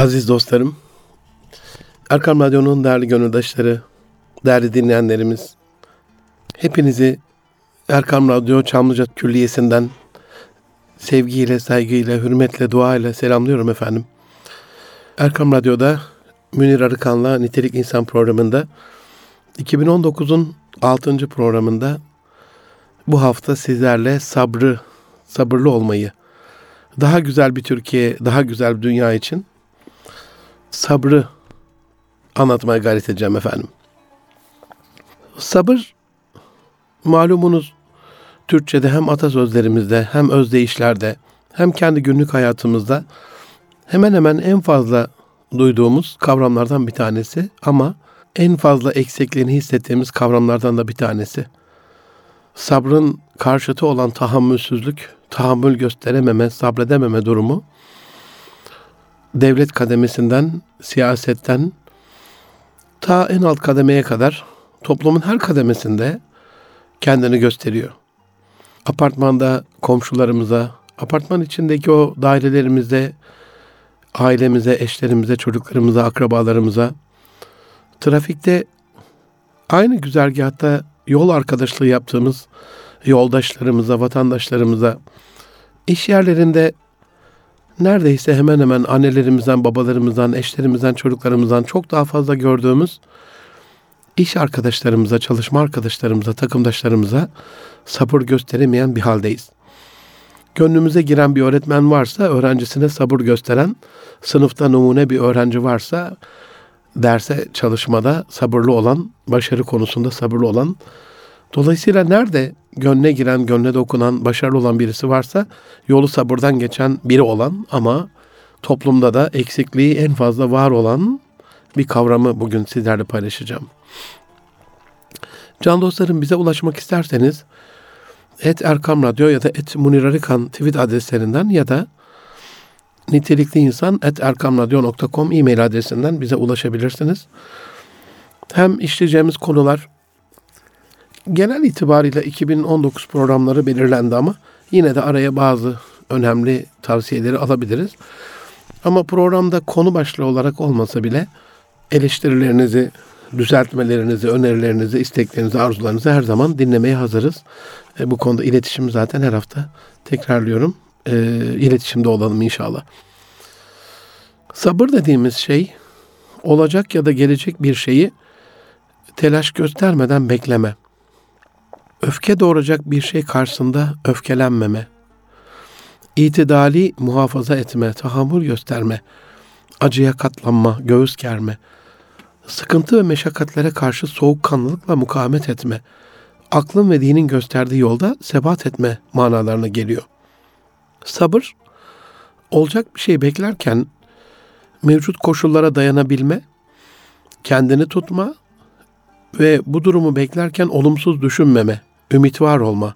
Aziz dostlarım, Erkam Radyo'nun değerli gönüldaşları, değerli dinleyenlerimiz, hepinizi Erkam Radyo Çamlıca Külliyesi'nden sevgiyle, saygıyla, hürmetle, duayla selamlıyorum efendim. Erkam Radyo'da Münir Arıkan'la Nitelik İnsan programında 2019'un 6. programında bu hafta sizlerle sabırlı olmayı, daha güzel bir Türkiye, daha güzel bir dünya için sabrı anlatmaya gayret edeceğim efendim. Sabır, malumunuz Türkçe'de hem atasözlerimizde hem özdeyişlerde hem kendi günlük hayatımızda hemen hemen en fazla duyduğumuz kavramlardan bir tanesi ama en fazla eksikliğini hissettiğimiz kavramlardan da bir tanesi. Sabrın karşıtı olan tahammülsüzlük, tahammül gösterememe, sabredememe durumu devlet kademesinden, siyasetten ta en alt kademeye kadar toplumun her kademesinde kendini gösteriyor. Apartmanda komşularımıza, apartman içindeki o dairelerimizde, ailemize, eşlerimize, çocuklarımıza, akrabalarımıza, trafikte aynı güzergahta yol arkadaşlığı yaptığımız yoldaşlarımıza, vatandaşlarımıza, iş yerlerinde neredeyse hemen hemen annelerimizden, babalarımızdan, eşlerimizden, çocuklarımızdan çok daha fazla gördüğümüz iş arkadaşlarımıza, çalışma arkadaşlarımıza, takımdaşlarımıza sabır gösteremeyen bir haldeyiz. Gönlümüze giren bir öğretmen varsa, öğrencisine sabır gösteren, sınıfta numune bir öğrenci varsa, derse çalışmada sabırlı olan, başarı konusunda sabırlı olan, dolayısıyla nerede gönle giren, gönle dokunan, başarılı olan birisi varsa, yolu sabırdan geçen biri olan ama toplumda da eksikliği en fazla var olan bir kavramı bugün sizlerle paylaşacağım. Can dostlarım, bize ulaşmak isterseniz @Erkam Radyo ya da @Münir Arıkan tweet adreslerinden ya da nitelikliinsan@erkamradyo.com e-mail adresinden bize ulaşabilirsiniz. Hem işleyeceğimiz konular genel itibariyle 2019 programları belirlendi ama yine de araya bazı önemli tavsiyeleri alabiliriz. Ama programda konu başlığı olarak olmasa bile eleştirilerinizi, düzeltmelerinizi, önerilerinizi, isteklerinizi, arzularınızı her zaman dinlemeye hazırız. Bu konuda iletişim zaten her hafta tekrarlıyorum. İletişimde olalım inşallah. Sabır dediğimiz şey, olacak ya da gelecek bir şeyi telaş göstermeden bekleme. Öfke doğuracak bir şey karşısında öfkelenmeme. İtidali muhafaza etme, tahammül gösterme. Acıya katlanma, göğüs germe. Sıkıntı ve meşakkatlere karşı soğukkanlılıkla mukavemet etme. Aklın ve dinin gösterdiği yolda sebat etme manalarına geliyor. Sabır, olacak bir şey beklerken mevcut koşullara dayanabilme, kendini tutma ve bu durumu beklerken olumsuz düşünmeme, ümit var olma.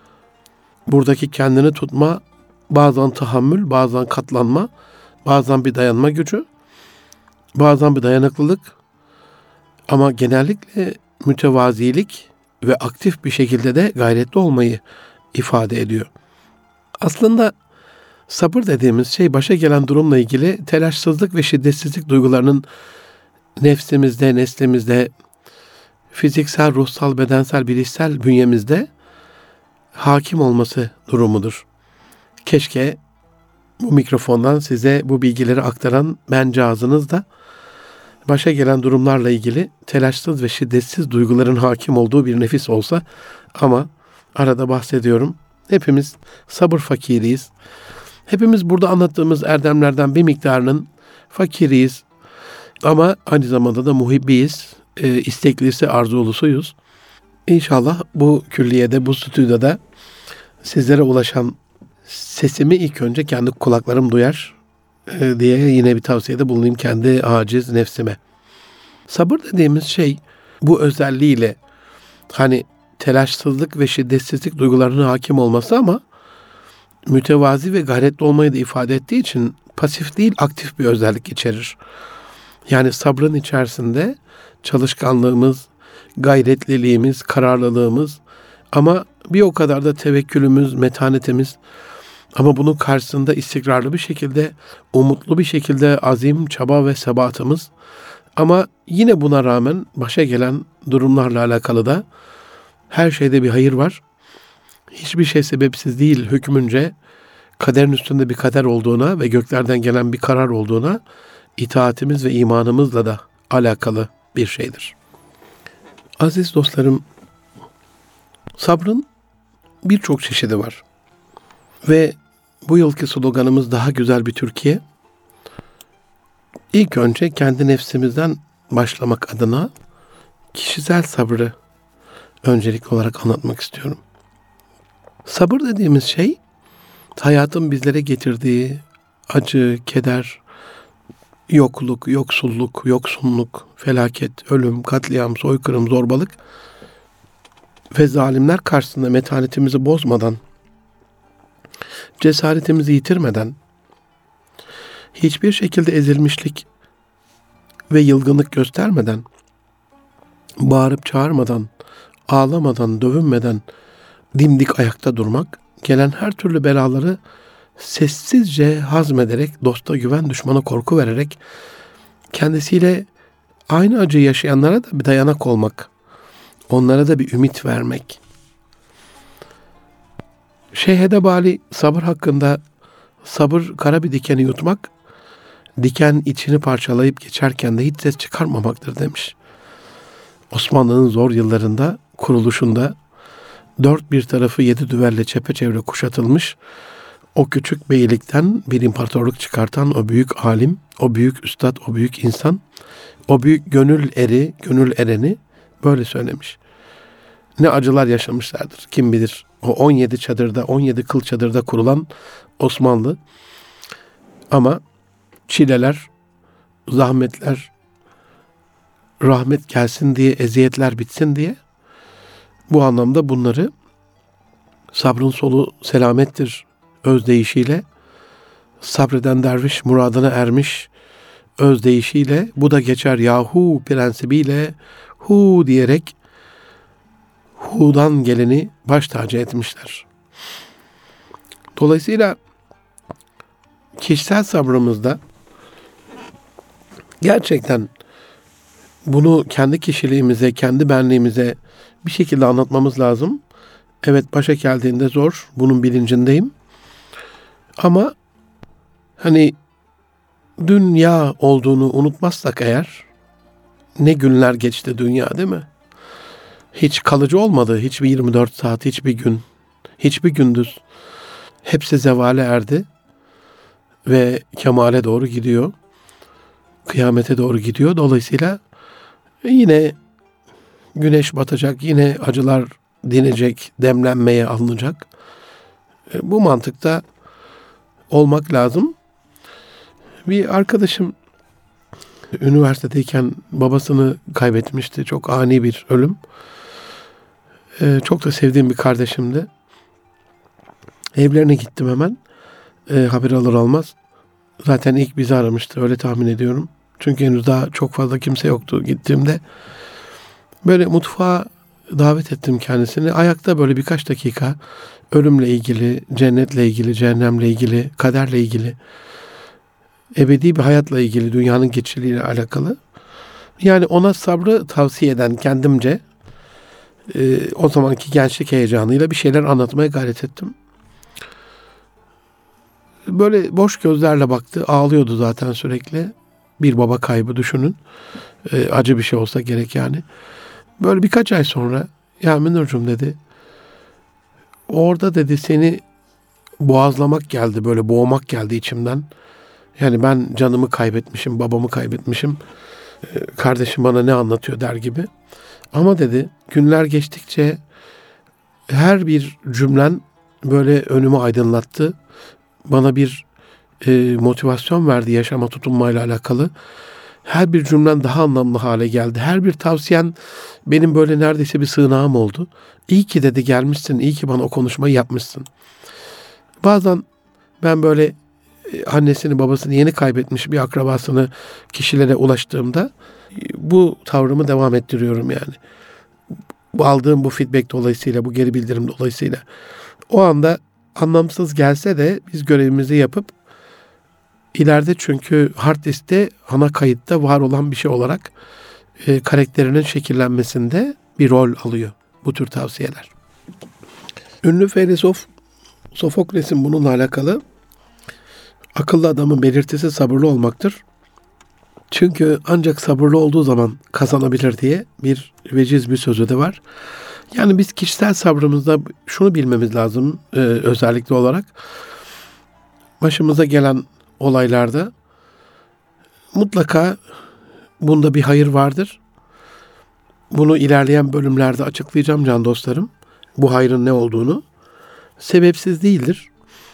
Buradaki kendini tutma, bazen tahammül, bazen katlanma, bazen bir dayanma gücü, bazen bir dayanıklılık ama genellikle mütevazilik ve aktif bir şekilde de gayretli olmayı ifade ediyor. Aslında sabır dediğimiz şey başa gelen durumla ilgili telaşsızlık ve şiddetsizlik duygularının nefsimizde, neslimizde, fiziksel, ruhsal, bedensel, bilişsel bünyemizde hakim olması durumudur. Keşke bu mikrofondan size bu bilgileri aktaran bencağızınız da başa gelen durumlarla ilgili telaşsız ve şiddetsiz duyguların hakim olduğu bir nefis olsa ama arada bahsediyorum. Hepimiz sabır fakiriyiz. Hepimiz burada anlattığımız erdemlerden bir miktarının fakiriyiz. Ama aynı zamanda da muhibbiyiz. İsteklisi, arzulusuyuz. İnşallah bu külliyede, bu stüdyoda sizlere ulaşan sesimi ilk önce kendi kulaklarım duyar diye yine bir tavsiyede bulunayım kendi aciz nefsime. Sabır dediğimiz şey bu özelliğiyle hani telaşsızlık ve şiddetsizlik duygularına hakim olması ama mütevazi ve gayretli olmayı da ifade ettiği için pasif değil aktif bir özellik içerir. Yani sabrın içerisinde çalışkanlığımız, gayretliliğimiz, kararlılığımız ama bir o kadar da tevekkülümüz, metanetimiz, Ama bunun karşısında istikrarlı bir şekilde, umutlu bir şekilde azim, çaba ve sebatımız. Ama yine buna rağmen başa gelen durumlarla alakalı da her şeyde bir hayır var. Hiçbir şey sebepsiz değil hükmünce kaderin üstünde bir kader olduğuna ve göklerden gelen bir karar olduğuna itaatimiz ve imanımızla da alakalı bir şeydir. Aziz dostlarım, sabrın birçok çeşidi var. Ve bu yılki sloganımız daha güzel bir Türkiye. İlk önce kendi nefsimizden başlamak adına kişisel sabrı öncelikli olarak anlatmak istiyorum. Sabır dediğimiz şey, hayatın bizlere getirdiği acı, keder, yokluk, yoksulluk, yoksunluk, felaket, ölüm, katliam, soykırım, zorbalık ve zalimler karşısında metanetimizi bozmadan, cesaretimizi yitirmeden, hiçbir şekilde ezilmişlik ve yılgınlık göstermeden, bağırıp çağırmadan, ağlamadan, dövünmeden dimdik ayakta durmak, gelen her türlü belaları sessizce hazmederek, dosta güven, düşmana korku vererek, kendisiyle aynı acıyı yaşayanlara da bir dayanak olmak, onlara da bir ümit vermek. Şeyh Edebali sabır hakkında, sabır kara bir dikeni yutmak, diken içini parçalayıp geçerken de hiç ses çıkarmamaktır demiş. Osmanlı'nın zor yıllarında, kuruluşunda, dört bir tarafı 7 düverle çepeçevre kuşatılmış, o küçük beylikten bir imparatorluk çıkartan o büyük alim, o büyük üstad, o büyük insan, o büyük gönül eri, gönül ereni böyle söylemiş. Ne acılar yaşamışlardır kim bilir. O 17 çadırda, 17 kıl çadırda kurulan Osmanlı. Ama çileler, zahmetler, rahmet gelsin diye, eziyetler bitsin diye bu anlamda bunları sabrın solu selamettir özdeyişiyle, sabreden derviş muradına ermiş özdeyişiyle, bu da geçer yahu prensibiyle hu diyerek hu'dan geleni baş tacı etmişler. Dolayısıyla kişisel sabrımızda gerçekten bunu kendi kişiliğimize, kendi benliğimize bir şekilde anlatmamız lazım. Evet, başa geldiğinde zor, bunun bilincindeyim. Ama hani dünya olduğunu unutmazsak eğer, ne günler geçti dünya değil mi? Hiç kalıcı olmadı, hiçbir 24 saat, hiçbir gün, hiçbir gündüz. Hepsi zevale erdi ve kemale doğru gidiyor. Kıyamete doğru gidiyor. Dolayısıyla yine güneş batacak, yine acılar dinecek, demlenmeye alınacak. Bu mantıkta olmak lazım. Bir arkadaşım üniversitedeyken babasını kaybetmişti. Çok ani bir ölüm. Çok da sevdiğim bir kardeşimdi. Evlerine gittim hemen. Haber alır almaz. Zaten ilk bizi aramıştı, öyle tahmin ediyorum. Çünkü henüz daha çok fazla kimse yoktu gittiğimde. Böyle mutfağa davet ettim kendisini. Ayakta böyle birkaç dakika ölümle ilgili, cennetle ilgili, cehennemle ilgili, kaderle ilgili, ebedi bir hayatla ilgili, dünyanın geçiciliğiyle alakalı. Yani ona sabrı tavsiye eden kendimce o zamanki gençlik heyecanıyla bir şeyler anlatmaya gayret ettim. Böyle boş gözlerle baktı. Ağlıyordu zaten sürekli. Bir baba kaybı düşünün. Acı bir şey olsa gerek yani. Böyle birkaç ay sonra, ya Münir'cum dedi, orada dedi seni boğazlamak geldi, böyle boğmak geldi içimden. Yani ben canımı kaybetmişim, babamı kaybetmişim. Kardeşim bana ne anlatıyor der gibi. Ama dedi günler geçtikçe her bir cümlen böyle önümü aydınlattı. Bana bir motivasyon verdi yaşama tutunmayla alakalı. Her bir cümlen daha anlamlı hale geldi. Her bir tavsiyen benim böyle neredeyse bir sığınağım oldu. İyi ki dedi gelmişsin, iyi ki bana o konuşmayı yapmışsın. Bazen ben böyle annesini babasını yeni kaybetmiş bir akrabasını kişilere ulaştığımda bu tavrımı devam ettiriyorum yani. Aldığım bu feedback dolayısıyla, bu geri bildirim dolayısıyla. O anda anlamsız gelse de biz görevimizi yapıp ileride, çünkü hard diskte, ana kayıtta var olan bir şey olarak karakterinin şekillenmesinde bir rol alıyor bu tür tavsiyeler. Ünlü filozof Sofokles'in bununla alakalı akıllı adamın belirtisi sabırlı olmaktır. Çünkü ancak sabırlı olduğu zaman kazanabilir diye bir veciz bir sözü de var. Yani biz kişisel sabrımızda şunu bilmemiz lazım özellikle olarak. Başımıza gelen olaylarda mutlaka bunda bir hayır vardır. Bunu ilerleyen bölümlerde açıklayacağım can dostlarım. Bu hayrın ne olduğunu. Sebepsiz değildir.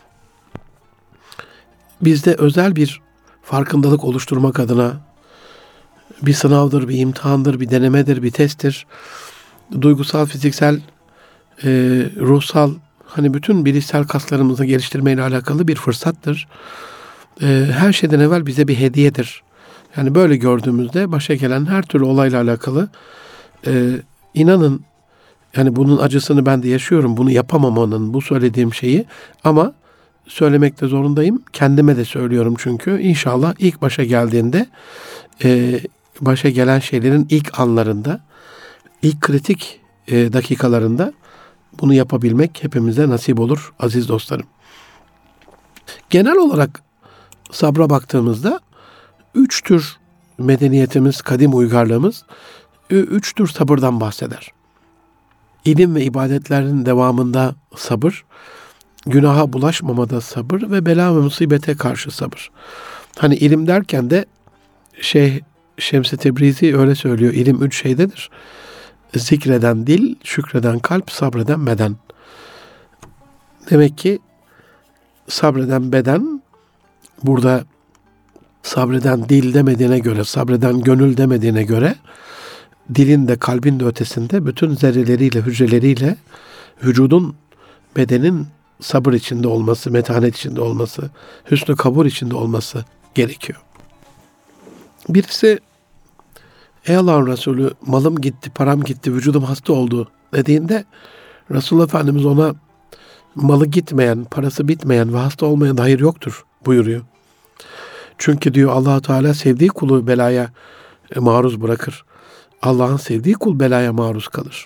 Bizde özel bir farkındalık oluşturmak adına bir sınavdır, bir imtihandır, bir denemedir, bir testtir. Duygusal, fiziksel, ruhsal, hani bütün bilişsel kaslarımızı geliştirmeyle alakalı bir fırsattır. Her şeyden evvel bize bir hediyedir. Yani böyle gördüğümüzde başa gelen her türlü olayla alakalı inanın, yani bunun acısını ben de yaşıyorum. Bunu yapamamanın, bu söylediğim şeyi, ama söylemekte zorundayım. Kendime de söylüyorum çünkü. İnşallah ilk başa geldiğinde, başa gelen şeylerin ilk anlarında, ilk kritik dakikalarında bunu yapabilmek hepimize nasip olur aziz dostlarım. Genel olarak sabra baktığımızda 3 tür medeniyetimiz, kadim uygarlığımız 3 tür sabırdan bahseder. İlim ve ibadetlerin devamında sabır, günaha bulaşmamada sabır ve bela ve musibete karşı sabır. Hani ilim derken de Şems-i Tebrizi öyle söylüyor. İlim 3 şeydedir. Zikreden dil, şükreden kalp, sabreden beden. Demek ki sabreden beden, burada sabreden dil demediğine göre, sabreden gönül demediğine göre, dilin de kalbin de ötesinde bütün zerreleriyle, hücreleriyle vücudun, bedenin sabır içinde olması, metanet içinde olması, hüsnü kabul içinde olması gerekiyor. Birisi, ey Allah'ın Resulü, malım gitti, param gitti, vücudum hasta oldu dediğinde Resulullah Efendimiz ona malı gitmeyen, parası bitmeyen ve hasta olmayan hayır yoktur buyuruyor. Çünkü diyor Allah-u Teala sevdiği kulu belaya maruz bırakır. Allah'ın sevdiği kul belaya maruz kalır.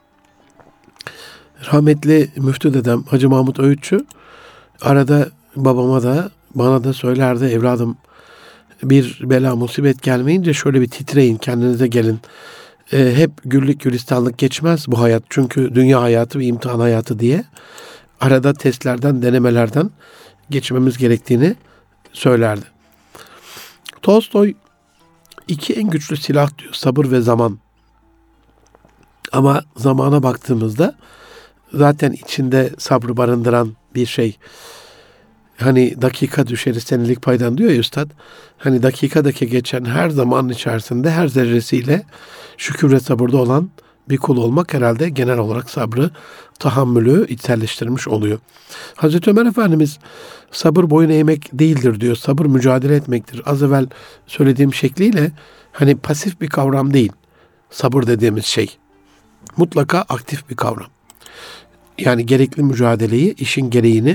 Rahmetli müftü dedem Hacı Mahmut Öğütçü arada babama da bana da söylerdi, evladım bir bela musibet gelmeyince şöyle bir titreyin, kendinize gelin. Hep güllük gülistanlık geçmez bu hayat. Çünkü dünya hayatı ve imtihan hayatı diye arada testlerden, denemelerden geçmemiz gerektiğini söylerdi. Tolstoy 2 en güçlü silah diyor, sabır ve zaman. Ama zamana baktığımızda zaten içinde sabrı barındıran bir şey. Hani dakika düşeriz senelik paydan diyor ya üstad. Hani dakikadaki geçen her zamanın içerisinde her zerresiyle şükür ve sabırda olan bir kul olmak herhalde genel olarak sabrı, tahammülü içselleştirmiş oluyor. Hazreti Ömer Efendimiz sabır boyun eğmek değildir diyor. Sabır mücadele etmektir. Az evvel söylediğim şekliyle hani pasif bir kavram değil. Sabır dediğimiz şey mutlaka aktif bir kavram. Yani gerekli mücadeleyi, işin gereğini,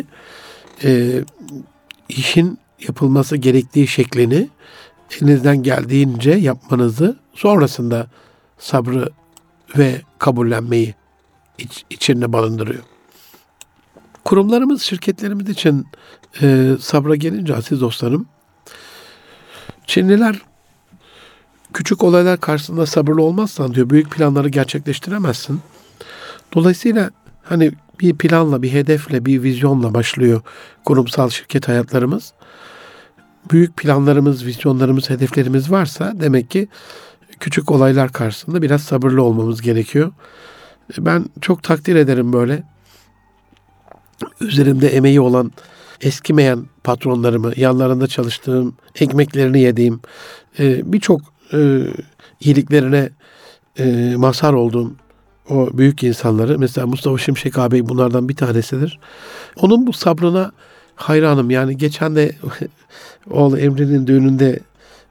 işin yapılması gerektiği şeklini elinizden geldiğince yapmanızı, sonrasında sabrı ve kabullenmeyi içinde barındırıyor. Kurumlarımız, şirketlerimiz için sabra gelince aziz dostlarım, Çinliler küçük olaylar karşısında sabırlı olmazsan diyor, büyük planları gerçekleştiremezsin. Dolayısıyla hani bir planla, bir hedefle, bir vizyonla başlıyor kurumsal şirket hayatlarımız. Büyük planlarımız, vizyonlarımız, hedeflerimiz varsa demek ki küçük olaylar karşısında biraz sabırlı olmamız gerekiyor. Ben çok takdir ederim böyle üzerimde emeği olan, eskimeyen patronlarımı, yanlarında çalıştığım, ekmeklerini yediğim, birçok iyiliklerine mazhar olduğum o büyük insanları, mesela Mustafa Şimşek ağabey bunlardan bir tanesidir. Onun bu sabrına hayranım. Yani geçen de oğlu Emre'nin düğününde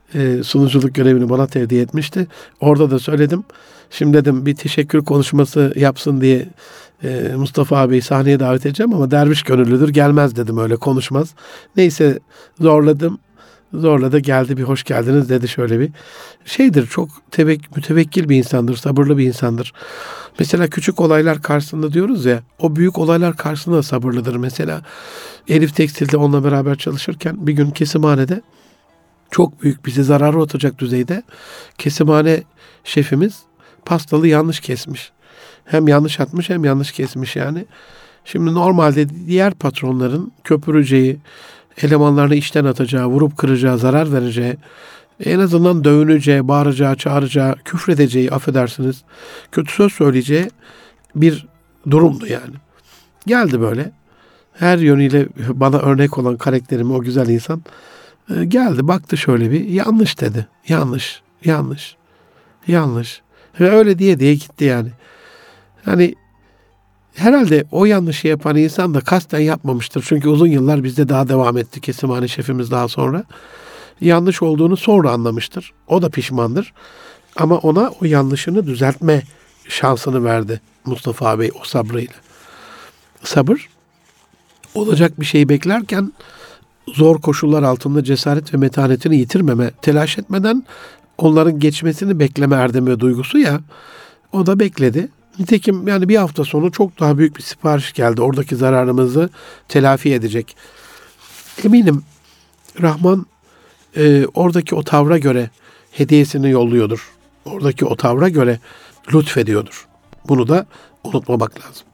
sunuculuk görevini bana tevdi etmişti. Orada da söyledim. Şimdi dedim bir teşekkür konuşması yapsın diye Mustafa abiyi sahneye davet edeceğim ama derviş gönüllüdür. Gelmez dedim, öyle konuşmaz. Neyse zorladım. Zorla da geldi, bir hoş geldiniz dedi, şöyle bir şeydir. Çok mütevekkil bir insandır, sabırlı bir insandır. Mesela küçük olaylar karşısında diyoruz ya, o büyük olaylar karşısında sabırlıdır. Mesela Elif Tekstil'de onunla beraber çalışırken bir gün kesimhanede çok büyük, bizi zarara atacak düzeyde kesimhane şefimiz pastalı yanlış kesmiş. Hem yanlış atmış hem yanlış kesmiş yani. Şimdi normalde diğer patronların köpüreceği, elemanlarını işten atacağı, vurup kıracağı, zarar vereceği, en azından dövüneceği, bağıracağı, çağıracağı, küfredeceği, affedersiniz, kötü söz söyleyeceği bir durumdu yani. Geldi böyle. Her yönüyle bana örnek olan karakterimi, o güzel insan geldi, baktı şöyle bir, yanlış dedi. Yanlış, yanlış, yanlış. Ve öyle diye gitti yani. Hani herhalde o yanlışı yapan insan da kasten yapmamıştır. Çünkü uzun yıllar bizde daha devam etti kesimhane şefimiz daha sonra. Yanlış olduğunu sonra anlamıştır. O da pişmandır. Ama ona o yanlışını düzeltme şansını verdi Mustafa Bey o sabrıyla. Sabır, olacak bir şeyi beklerken zor koşullar altında cesaret ve metanetini yitirmeme, telaş etmeden onların geçmesini bekleme erdemi ve duygusu ya, o da bekledi. Nitekim yani bir hafta sonra çok daha büyük bir sipariş geldi. Oradaki zararımızı telafi edecek. Eminim Rahman oradaki o tavra göre hediyesini yolluyordur. Oradaki o tavra göre lütfediyordur. Bunu da unutmamak lazım.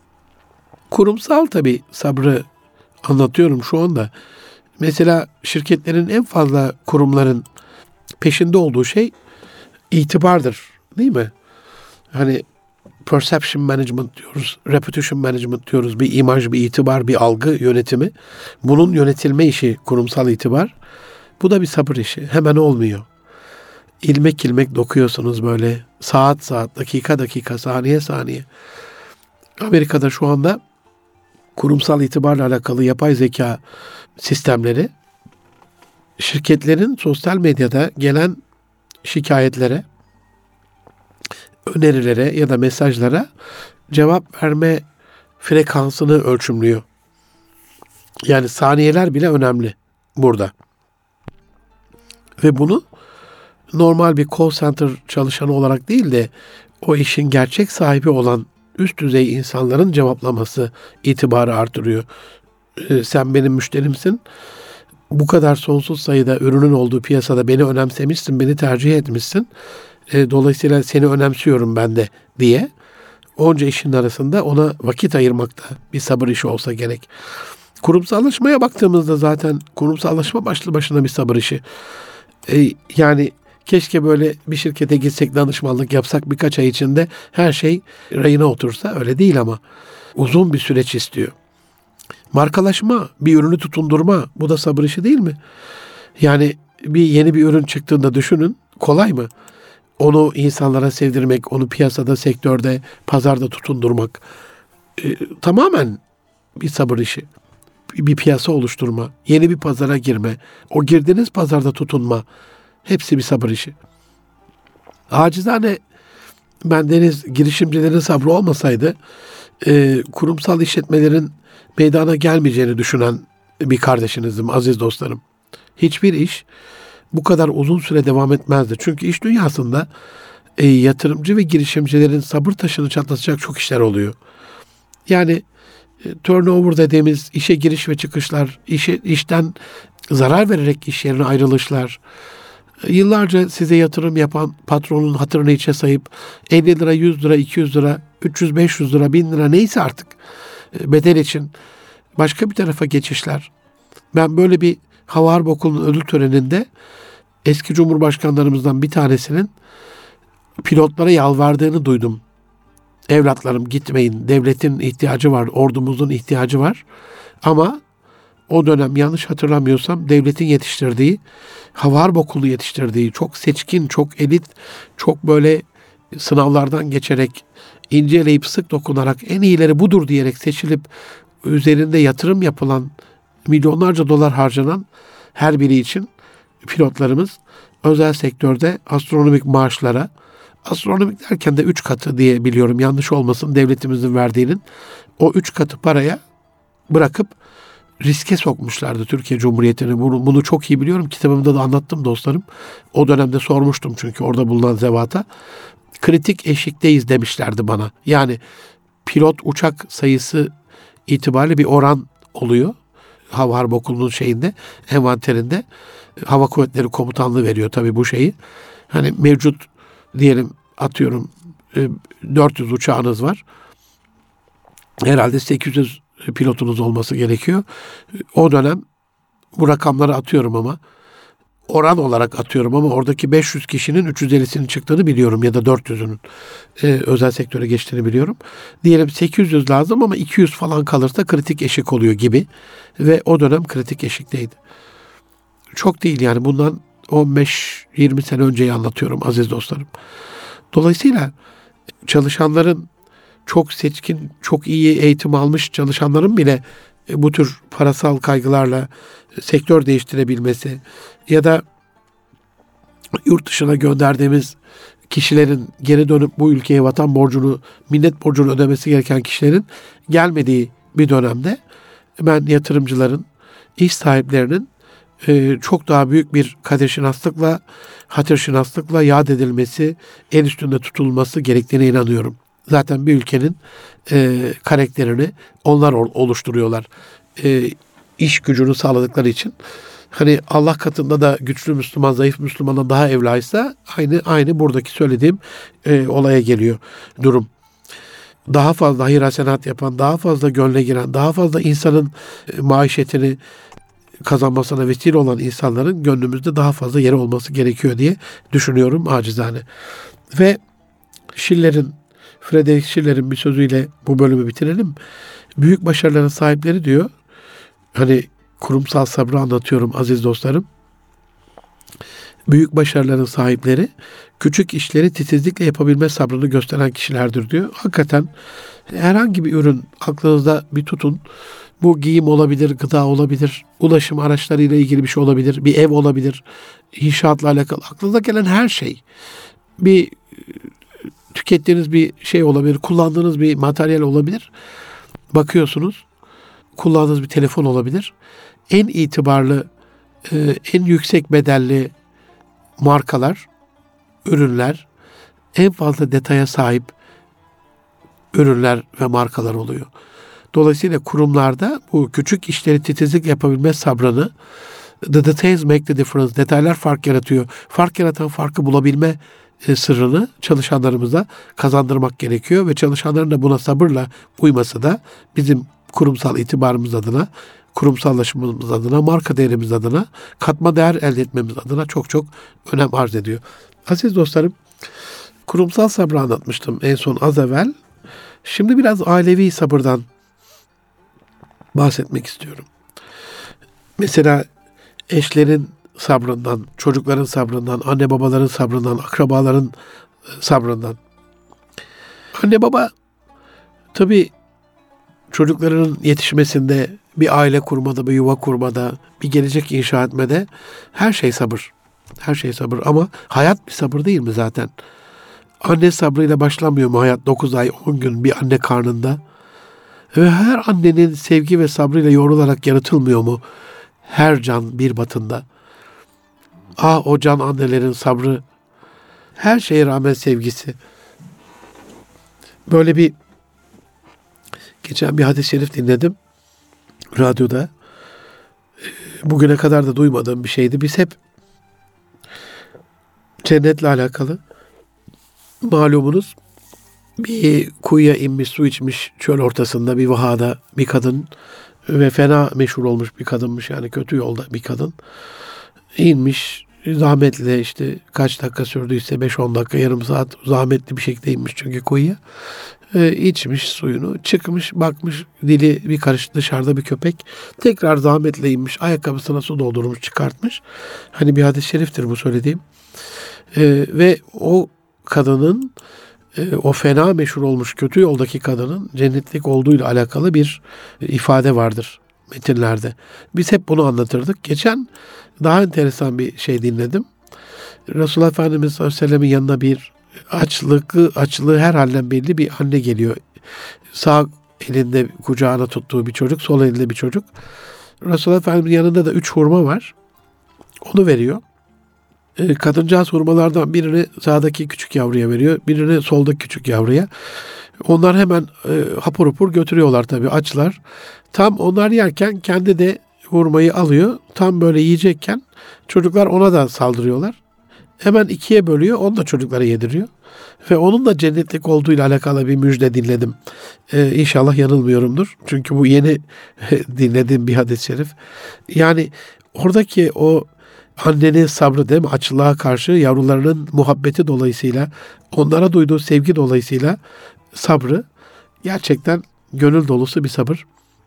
Kurumsal tabii sabrı anlatıyorum şu anda. Mesela şirketlerin, en fazla kurumların peşinde olduğu şey itibardır. Değil mi? Hani perception management diyoruz, reputation management diyoruz. Bir imaj, bir itibar, bir algı yönetimi. Bunun yönetilme işi kurumsal itibar. Bu da bir sabır işi. Hemen olmuyor. İlmek ilmek dokuyorsunuz böyle. Saat saat, dakika dakika, saniye saniye. Amerika'da şu anda kurumsal itibarla alakalı yapay zeka sistemleri şirketlerin sosyal medyada gelen şikayetlere, önerilere ya da mesajlara cevap verme frekansını ölçümlüyor. Yani saniyeler bile önemli burada. Ve bunu normal bir call center çalışanı olarak değil de o işin gerçek sahibi olan üst düzey insanların cevaplaması itibarı artırıyor. Sen benim müşterimsin. Bu kadar sonsuz sayıda ürünün olduğu piyasada beni önemsemişsin, beni tercih etmişsin. Dolayısıyla seni önemsiyorum ben de diye. Onca işin arasında ona vakit ayırmakta bir sabır işi olsa gerek. Kurumsallaşmaya baktığımızda zaten kurumsallaşma başlı başına bir sabır işi. Yani keşke böyle bir şirkete gitsek, danışmanlık yapsak, birkaç ay içinde her şey rayına otursa. Öyle değil ama uzun bir süreç istiyor. Markalaşma, bir ürünü tutundurma, bu da sabır işi değil mi? Yani yeni bir ürün çıktığında düşünün, kolay mı? Onu insanlara sevdirmek, onu piyasada, sektörde, pazarda tutundurmak tamamen bir sabır işi. Bir piyasa oluşturma, yeni bir pazara girme, o girdiğiniz pazarda tutunma, hepsi bir sabır işi. Acizane bendeniz girişimcilerin sabrı olmasaydı kurumsal işletmelerin meydana gelmeyeceğini düşünen bir kardeşinizdim, aziz dostlarım. Hiçbir iş bu kadar uzun süre devam etmezdi. Çünkü iş dünyasında yatırımcı ve girişimcilerin sabır taşını çatlatacak çok işler oluyor. Yani turnover dediğimiz işe giriş ve çıkışlar, işten zarar vererek iş yerine ayrılışlar, yıllarca size yatırım yapan patronun hatırını hiçe sayıp 50 lira, 100 lira, 200 lira, 300, 500 lira, 1000 lira neyse artık bedel için başka bir tarafa geçişler. Ben böyle bir Hava Harp Okulu'nun ödül töreninde eski cumhurbaşkanlarımızdan bir tanesinin pilotlara yalvardığını duydum. Evlatlarım gitmeyin, devletin ihtiyacı var, ordumuzun ihtiyacı var. Ama o dönem yanlış hatırlamıyorsam devletin yetiştirdiği, Hava Harp Okulu yetiştirdiği çok seçkin, çok elit, çok böyle sınavlardan geçerek, inceleyip sık dokunarak en iyileri budur diyerek seçilip üzerinde yatırım yapılan, milyonlarca dolar harcanan her biri için pilotlarımız özel sektörde astronomik maaşlara, astronomik derken de 3 katı diye biliyorum, yanlış olmasın, devletimizin verdiğinin o 3 katı paraya bırakıp riske sokmuşlardı Türkiye Cumhuriyeti'ni. Bunu çok iyi biliyorum. Kitabımda da anlattım dostlarım. O dönemde sormuştum çünkü orada bulunan zevata. Kritik eşikteyiz demişlerdi bana. Yani pilot uçak sayısı itibariyle bir oran oluyor. Hava Harp Okulu'nun envanterinde Hava Kuvvetleri Komutanlığı veriyor tabii bu şeyi. Hani mevcut diyelim, atıyorum 400 uçağınız var. Herhalde 800 pilotunuz olması gerekiyor. O dönem bu rakamları atıyorum ama oran olarak atıyorum ama oradaki 500 kişinin 350'sinin çıktığını biliyorum ya da 400'ünün özel sektöre geçtiğini biliyorum. Diyelim 800 lazım ama 200 falan kalırsa kritik eşik oluyor gibi ve o dönem kritik eşikteydi. Çok değil yani, bundan 15-20 sene önceyi anlatıyorum aziz dostlarım. Dolayısıyla çalışanların, çok seçkin, çok iyi eğitim almış çalışanların bile bu tür parasal kaygılarla sektör değiştirebilmesi ya da yurt dışına gönderdiğimiz kişilerin geri dönüp bu ülkeye vatan borcunu, minnet borcunu ödemesi gereken kişilerin gelmediği bir dönemde ben yatırımcıların, iş sahiplerinin çok daha büyük bir kaderşinaslıkla, hatırşinaslıkla yad edilmesi, el üstünde tutulması gerektiğine inanıyorum. Zaten bir ülkenin karakterini onlar oluşturuyorlar. İş gücünü sağladıkları için. Hani Allah katında da güçlü Müslüman, zayıf Müslümandan daha evlaysa aynı buradaki söylediğim olaya geliyor durum. Daha fazla hayır hasenat yapan, daha fazla gönle giren, daha fazla insanın maişetini kazanmasına vesile olan insanların gönlümüzde daha fazla yeri olması gerekiyor diye düşünüyorum acizane. Ve Friedrich Schiller'in bir sözüyle bu bölümü bitirelim. Büyük başarıların sahipleri diyor, hani kurumsal sabrı anlatıyorum aziz dostlarım. Büyük başarıların sahipleri küçük işleri titizlikle yapabilme sabrını gösteren kişilerdir diyor. Hakikaten herhangi bir ürün aklınızda bir tutun. Bu giyim olabilir, gıda olabilir, ulaşım araçlarıyla ilgili bir şey olabilir, bir ev olabilir, inşaatla alakalı. Aklınıza gelen her şey. Bir tükettiğiniz bir şey olabilir, kullandığınız bir materyal olabilir. Bakıyorsunuz, kullandığınız bir telefon olabilir. En itibarlı, en yüksek bedelli markalar, ürünler, en fazla detaya sahip ürünler ve markalar oluyor. Dolayısıyla kurumlarda bu küçük işleri titizlik yapabilme sabrını, the details make the difference, detaylar fark yaratıyor. Fark yaratan farkı bulabilme sırrını çalışanlarımıza kazandırmak gerekiyor ve çalışanların da buna sabırla uyması da bizim kurumsal itibarımız adına, kurumsallaşmamız adına, marka değerimiz adına, katma değer elde etmemiz adına çok çok önem arz ediyor. Aziz dostlarım, kurumsal sabrı anlatmıştım en son az evvel. Şimdi biraz ailevi sabırdan bahsetmek istiyorum. Mesela eşlerin sabrından, çocukların sabrından, anne babaların sabrından, akrabaların sabrından. Anne baba tabii çocuklarının yetişmesinde, bir aile kurmada, bir yuva kurmada, bir gelecek inşa etmede her şey sabır. Her şey sabır ama hayat bir sabır değil mi zaten? Anne sabrıyla başlamıyor mu hayat 9 ay 10 gün bir anne karnında? Ve her annenin sevgi ve sabrıyla yoğrularak yaratılmıyor mu her can bir batında? O can annelerin sabrı, her şeye rağmen sevgisi. Böyle geçen bir hadis-i şerif dinledim radyoda. Bugüne kadar da duymadığım bir şeydi. Biz hep cennetle alakalı, malumunuz, bir kuyuya inmiş, su içmiş çöl ortasında bir vahada bir kadın ve fena meşhur olmuş bir kadınmış, yani kötü yolda bir kadın. İnmiş, zahmetle işte kaç dakika sürdüyse 5-10 dakika, yarım saat zahmetli bir şekilde inmiş çünkü kuyuya. İçmiş suyunu, çıkmış, bakmış dili bir karış dışarıda bir köpek. Tekrar zahmetle inmiş, ayakkabısına su doldurmuş, çıkartmış. Hani bir hadis-i şeriftir bu söylediğim. Ve o kadının, o fena meşhur olmuş kötü yoldaki kadının cennetlik olduğuyla alakalı bir ifade vardır. metinlerde. Biz hep bunu anlatırdık. Geçen daha enteresan bir şey dinledim. Resulullah Efendimiz sallallahu aleyhi ve sellem'in yanına bir açlığı her halden belli bir anne geliyor. Sağ elinde kucağına tuttuğu bir çocuk, sol elinde bir çocuk. Resulullah Efendimiz'in yanında da 3 hurma var. Onu veriyor. Kadıncağız hurmalardan birini sağdaki küçük yavruya veriyor. Birini soldaki küçük yavruya. Onlar hemen hapur hapur götürüyorlar tabii, açlar. Tam onlar yerken kendi de hurmayı alıyor. Tam böyle yiyecekken çocuklar ona da saldırıyorlar. Hemen ikiye bölüyor. Onu da çocuklara yediriyor. Ve onun da cennetlik olduğuyla alakalı bir müjde dinledim. İnşallah yanılmıyorumdur. Çünkü bu yeni dinlediğim bir hadis-i şerif. Yani oradaki o annenin sabrı, değil mi? Açlığa karşı yavrularının muhabbeti dolayısıyla, onlara duyduğu sevgi dolayısıyla sabrı gerçekten gönül dolusu bir sabır.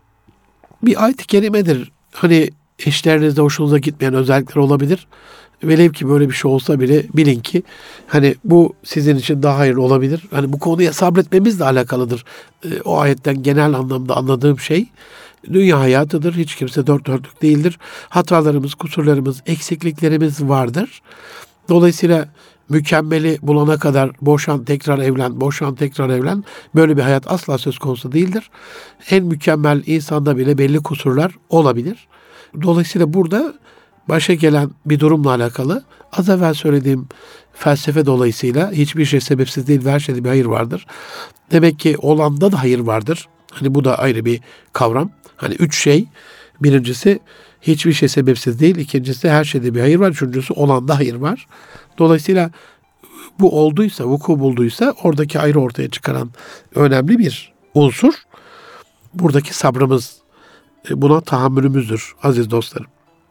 Bir ayet-i kerimedir. Hani eşlerinizde hoşunuza gitmeyen özellikler olabilir. Velev ki böyle bir şey olsa bile bilin ki hani bu sizin için daha hayırlı olabilir. Hani bu konuya sabretmemizle alakalıdır. O ayetten genel anlamda anladığım şey, dünya hayatıdır. Hiç kimse dört dörtlük değildir. Hatalarımız, kusurlarımız, eksikliklerimiz vardır. Dolayısıyla mükemmeli bulana kadar boşan tekrar evlen, boşan tekrar evlen, böyle bir hayat asla söz konusu değildir. En mükemmel insanda bile belli kusurlar olabilir. Dolayısıyla burada başa gelen bir durumla alakalı az evvel söylediğim felsefe dolayısıyla hiçbir şey sebepsiz değil ve her şeyde bir hayır vardır. Demek ki olanda da hayır vardır. Hani bu da ayrı bir kavram. Hani 3 şey. Birincisi hiçbir şey sebepsiz değil. İkincisi her şeyde bir hayır var. Üçüncüsü olanda hayır var. Dolayısıyla bu olduysa, vuku bulduysa oradaki ayrı ortaya çıkaran önemli bir unsur buradaki sabrımız, buna tahammülümüzdür aziz dostlarım.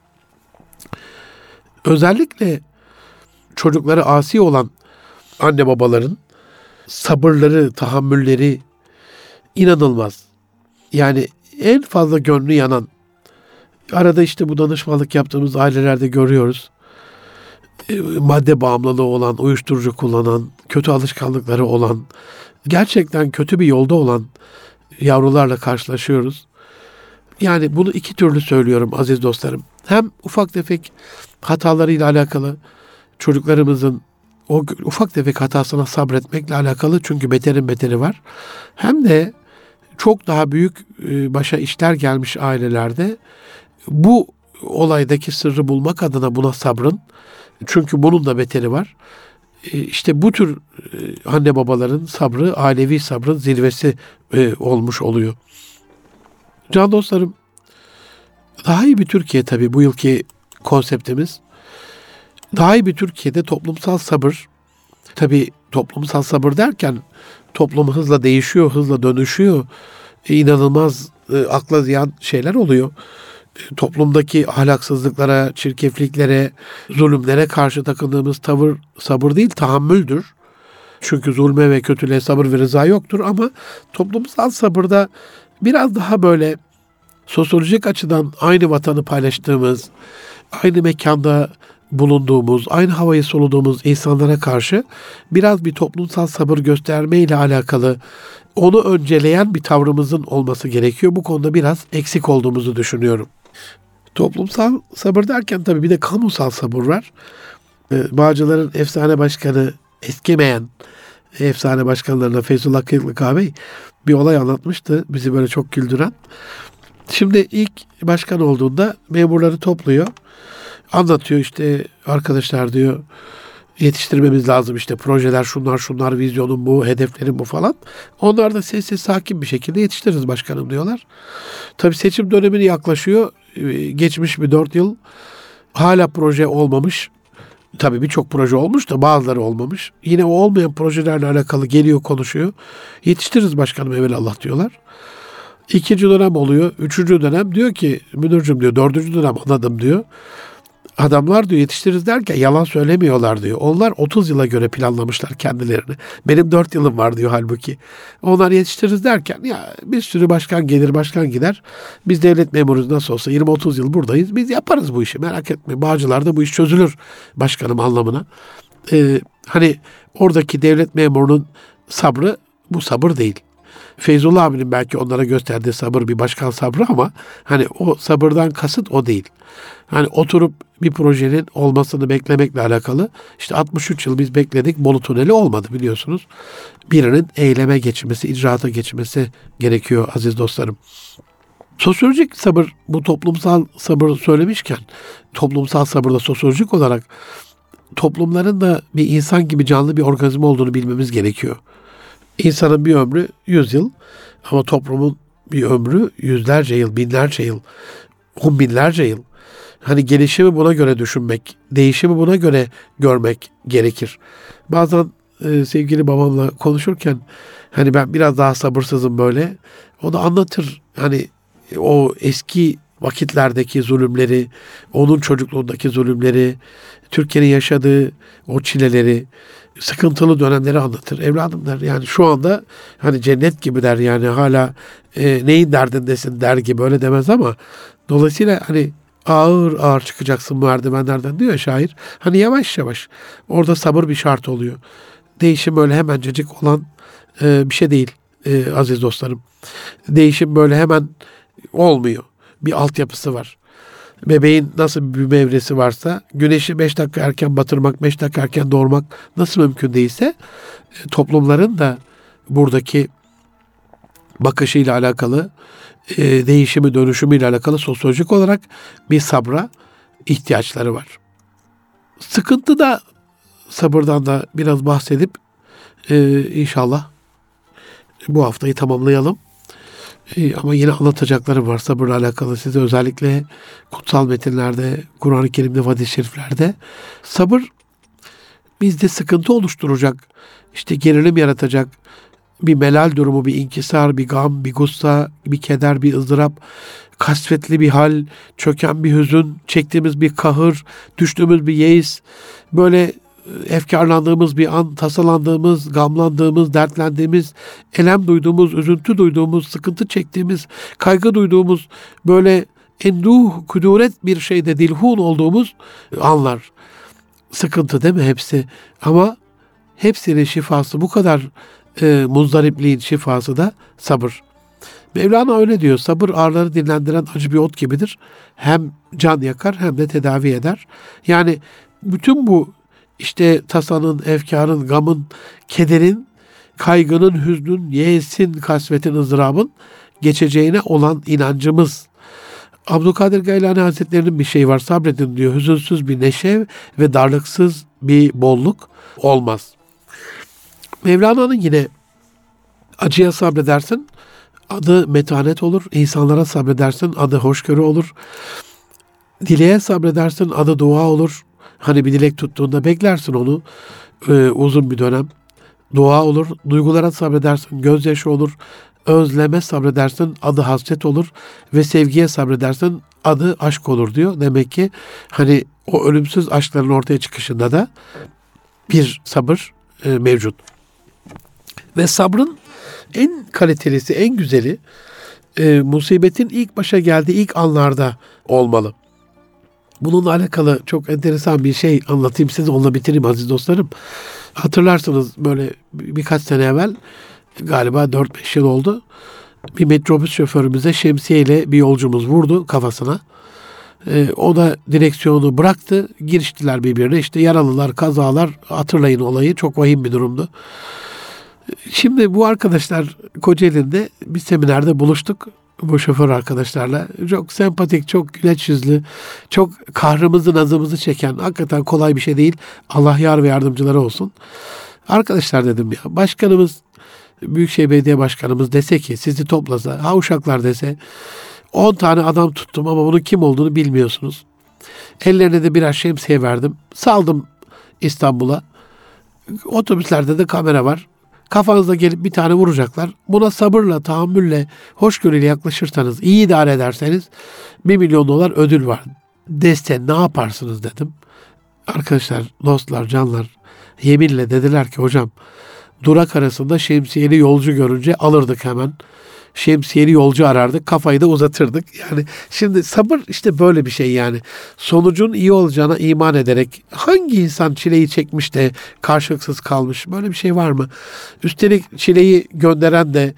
Özellikle çocukları asi olan anne babaların sabırları, tahammülleri inanılmaz. Yani en fazla gönlü yanan, arada işte bu danışmanlık yaptığımız ailelerde görüyoruz. Madde bağımlılığı olan, uyuşturucu kullanan, kötü alışkanlıkları olan, gerçekten kötü bir yolda olan yavrularla karşılaşıyoruz. Yani bunu iki türlü söylüyorum aziz dostlarım. Hem ufak tefek hatalarıyla alakalı, çocuklarımızın o ufak tefek hatasına sabretmekle alakalı, çünkü beterin beteri var. Hem de çok daha büyük başa işler gelmiş ailelerde bu olaydaki sırrı bulmak adına buna sabrın, çünkü bunun da beteri var. İşte bu tür anne babaların sabrı, ailevi sabrın zirvesi olmuş oluyor. Can dostlarım, daha iyi bir Türkiye, tabii bu yılki konseptimiz. Daha iyi bir Türkiye'de toplumsal sabır, tabii toplumsal sabır derken toplum hızla değişiyor, hızla dönüşüyor. İnanılmaz akla ziyan şeyler oluyor. Toplumdaki ahlaksızlıklara, çirkefliklere, zulümlere karşı takındığımız tavır sabır değil, tahammüldür. Çünkü zulme ve kötülüğe sabır ve rıza yoktur, ama toplumsal sabırda biraz daha böyle sosyolojik açıdan aynı vatanı paylaştığımız, aynı mekanda bulunduğumuz, aynı havayı soluduğumuz insanlara karşı biraz bir toplumsal sabır gösterme ile alakalı, onu önceleyen bir tavrımızın olması gerekiyor. Bu konuda biraz eksik olduğumuzu düşünüyorum. Toplumsal sabır derken tabii bir de kamusal sabır var. Bağcılar'ın efsane başkanı, eskimeyen efsane başkanlarına Feyzullah Kıyıklı Kahve bir olay anlatmıştı. Bizi böyle çok güldüren. Şimdi ilk başkan olduğunda memurları topluyor. Anlatıyor, işte arkadaşlar diyor, yetiştirmemiz lazım, işte projeler şunlar, vizyonum bu, hedeflerim bu falan. Onlar da sessiz sakin bir şekilde yetiştiririz başkanım diyorlar. Tabii seçim dönemine yaklaşıyor. Geçmiş bir 4 yıl. Hala proje olmamış. Tabii birçok proje olmuş da bazıları olmamış. Yine o olmayan projelerle alakalı geliyor, konuşuyor. Yetiştiririz başkanım evelallah diyorlar. 2. dönem oluyor. 3. dönem diyor ki Münir'cim diyor, 4. dönem anladım diyor. Adamlar diyor yetiştiririz derken yalan söylemiyorlar diyor. Onlar 30 yıla göre planlamışlar kendilerini. Benim 4 yılım var diyor halbuki. Onlar yetiştiririz derken ya bir sürü başkan gelir, başkan gider. Biz devlet memuruyuz, nasıl olsa 20-30 yıl buradayız. Biz yaparız bu işi, merak etme. Bağcılar'da bu iş çözülür başkanım anlamına. Hani oradaki devlet memurunun sabrı bu sabır değil. Feyzullah abinin belki onlara gösterdiği sabır bir başkan sabrı ama hani o sabırdan kasıt o değil. Hani oturup bir projenin olmasını beklemekle alakalı. İşte 63 yıl biz bekledik. Bolu Tüneli olmadı biliyorsunuz. Birinin eyleme geçmesi, icraata geçmesi gerekiyor aziz dostlarım. Sosyolojik sabır, bu toplumsal sabır söylemişken, toplumsal sabırda sosyolojik olarak toplumların da bir insan gibi canlı bir organizma olduğunu bilmemiz gerekiyor. İnsanın bir ömrü 100 yıl ama toplumun bir ömrü yüzlerce yıl, binlerce yıl, 10 binlerce yıl. Hani gelişimi buna göre düşünmek, değişimi buna göre görmek gerekir. Bazen sevgili babamla konuşurken hani ben biraz daha sabırsızım böyle. O da anlatır hani o eski vakitlerdeki zulümleri, onun çocukluğundaki zulümleri, Türkiye'nin yaşadığı o çileleri, sıkıntılı dönemleri anlatır. Evladım der yani şu anda hani cennet gibi der yani hala neyin derdindesin der gibi öyle demez ama dolayısıyla hani ağır ağır çıkacaksın bu merdivenlerden diyor şair. Hani yavaş yavaş orada sabır bir şart oluyor. Değişim öyle hemencecik olan bir şey değil aziz dostlarım. Değişim böyle hemen olmuyor. Bir altyapısı var. Bebeğin nasıl bir büyüme evresi varsa güneşi 5 dakika erken batırmak, 5 dakika erken doğurmak nasıl mümkün değilse toplumların da buradaki bakışıyla alakalı, değişimi, dönüşümüyle alakalı sosyolojik olarak bir sabra ihtiyaçları var. Sıkıntı da sabırdan da biraz bahsedip inşallah bu haftayı tamamlayalım. Ama yine anlatacaklarım var sabırla alakalı size özellikle kutsal metinlerde, Kur'an-ı Kerim'de, hadis-i şeriflerde. Sabır bizde sıkıntı oluşturacak, işte gerilim yaratacak bir melal durumu, bir inkisar, bir gam, bir gussa, bir keder, bir ızdırap, kasvetli bir hal, çöken bir hüzün, çektiğimiz bir kahır, düştüğümüz bir yeis, böyle efkarlandığımız bir an, tasalandığımız, gamlandığımız, dertlendiğimiz, elem duyduğumuz, üzüntü duyduğumuz, sıkıntı çektiğimiz, kaygı duyduğumuz, böyle enduh, kuduret bir şeyde dilhun olduğumuz anlar. Sıkıntı değil mi hepsi? Ama hepsinin şifası bu kadar muzdaripliğin şifası da sabır. Mevlana öyle diyor. Sabır ağrıları dinlendiren acı bir ot gibidir. Hem can yakar hem de tedavi eder. Yani bütün bu işte tasanın, efkarın, gamın, kederin, kaygının, hüznün, yesin, kasvetin, ızdırabın geçeceğine olan inancımız. Abdülkadir Geylani Hazretleri'nin bir şeyi var. Sabredin diyor. Hüzünsüz bir neşe ve darlıksız bir bolluk olmaz. Mevlana'nın yine acıya sabredersin, adı metanet olur. İnsanlara sabredersin, adı hoşgörü olur. Dileğe sabredersin, adı dua olur. Hani bir dilek tuttuğunda beklersin onu uzun bir dönem. Dua olur. Duygulara sabredersin, gözyaşı olur. Özleme sabredersin, adı hasret olur. Ve sevgiye sabredersin, adı aşk olur diyor. Demek ki hani o ölümsüz aşkların ortaya çıkışında da bir sabır mevcut. Ve sabrın en kalitelisi, en güzeli musibetin ilk başa geldiği ilk anlarda olmalı. Bununla alakalı çok enteresan bir şey anlatayım size, onunla bitireyim aziz dostlarım. Hatırlarsınız böyle birkaç sene evvel, galiba 4-5 yıl oldu. Bir metrobüs şoförümüze şemsiyeyle bir yolcumuz vurdu kafasına. O da direksiyonu bıraktı. Giriştiler birbirine. İşte yaralılar, kazalar, hatırlayın olayı. Çok vahim bir durumdu. Şimdi bu arkadaşlar Kocaeli'nde bir seminerde buluştuk. Bu şoför arkadaşlarla. Çok sempatik, çok güleç yüzlü, çok kahrımızı, nazımızı çeken, hakikaten kolay bir şey değil. Allah yar ve yardımcıları olsun. Arkadaşlar dedim ya, başkanımız, Büyükşehir Belediye Başkanımız dese ki sizi toplasa, ha uşaklar dese 10 tane adam tuttum ama bunun kim olduğunu bilmiyorsunuz. Ellerine de birer şemsiye verdim. Saldım İstanbul'a. Otobüslerde de kamera var. Kafanızda gelip bir tane vuracaklar. Buna sabırla, tahammülle, hoşgörüyle yaklaşırsanız, iyi idare ederseniz $1 milyon ödül var. Dese ne yaparsınız dedim. Arkadaşlar, dostlar, canlar yeminle dediler ki hocam durak arasında şemsiyeli yolcu görünce alırdık hemen. Şemsiyeli yolcu arardık, kafayı da uzatırdık. Yani şimdi sabır işte böyle bir şey yani. Sonucun iyi olacağına iman ederek hangi insan çileyi çekmiş de karşılıksız kalmış? Böyle bir şey var mı? Üstelik çileyi gönderen de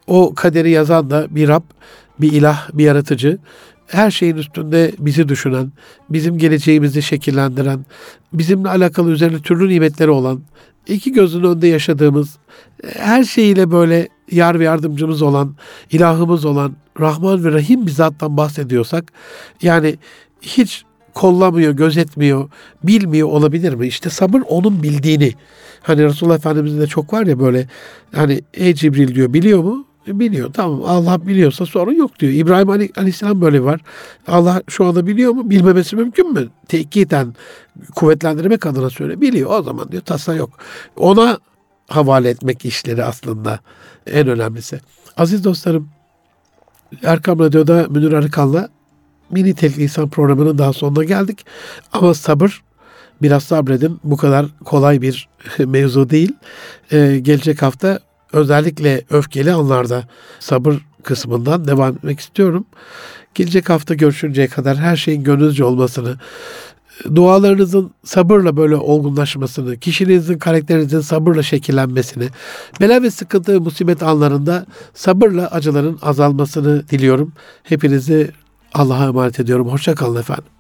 O kaderi yazan da bir Rab, bir ilah, bir yaratıcı. Her şeyin üstünde bizi düşünen, bizim geleceğimizi şekillendiren, bizimle alakalı üzerine türlü nimetleri olan, iki gözünün önünde yaşadığımız, her şeyiyle böyle yar ve yardımcımız olan, ilahımız olan Rahman ve Rahim bir zattan bahsediyorsak, yani hiç kollamıyor, gözetmiyor, bilmiyor olabilir mi? İşte sabır onun bildiğini. Hani Resulullah Efendimiz'in de çok var ya böyle, hani ey Cibril diyor, biliyor mu? Biliyor. Tamam, Allah biliyorsa sorun yok diyor. İbrahim Aleyhisselam böyle var. Allah şu anda biliyor mu? Bilmemesi mümkün mü? Tekiten kuvvetlendirmek adına söyle. Biliyor. O zaman diyor tasa yok. Ona havale etmek işleri aslında en önemlisi. Aziz dostlarım, Erkam Radyo'da Münir Arıkan'la Mini Tek Lisan programının daha sonuna geldik. Ama sabır, biraz sabredin. Bu kadar kolay bir mevzu değil. Gelecek hafta özellikle öfkeli anlarda sabır kısmından devam etmek istiyorum. Gelecek hafta görüşünceye kadar her şeyin gönlünüzce olmasını, dualarınızın sabırla böyle olgunlaşmasını, kişiliğinizin, karakterinizin sabırla şekillenmesini, bela ve sıkıntı, musibet anlarında sabırla acıların azalmasını diliyorum. Hepinizi Allah'a emanet ediyorum. Hoşça kalın efendim.